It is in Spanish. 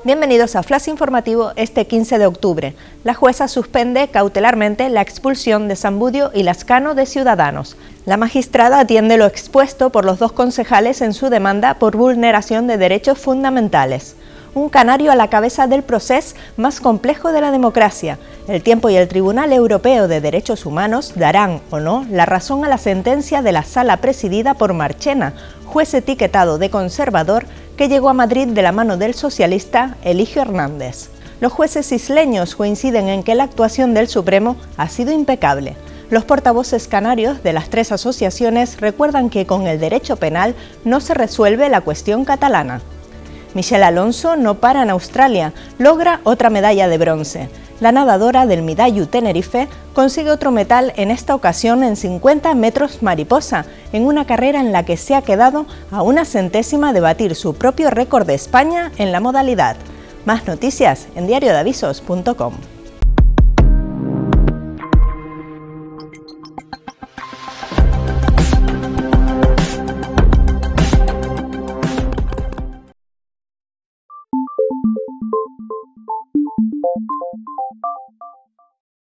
Bienvenidos a Flash Informativo este 15 de octubre. La jueza suspende cautelarmente la expulsión de Zamudio y Lascano de Ciudadanos. La magistrada atiende lo expuesto por los dos concejales en su demanda por vulneración de derechos fundamentales. Un canario a la cabeza del proceso más complejo de la democracia. El Tiempo y el Tribunal Europeo de Derechos Humanos darán o no la razón a la sentencia de la sala presidida por Marchena, juez etiquetado de conservador que llegó a Madrid de la mano del socialista Eligio Hernández. Los jueces isleños coinciden en que la actuación del Supremo ha sido impecable. Los portavoces canarios de las tres asociaciones recuerdan que con el derecho penal no se resuelve la cuestión catalana. Michelle Alonso no para en Australia, logra otra medalla de bronce. La nadadora del Midayu Tenerife consigue otro metal, en esta ocasión en 50 metros mariposa, en una carrera en la que se ha quedado a una centésima de batir su propio récord de España en la modalidad. Más noticias en diariodeavisos.com.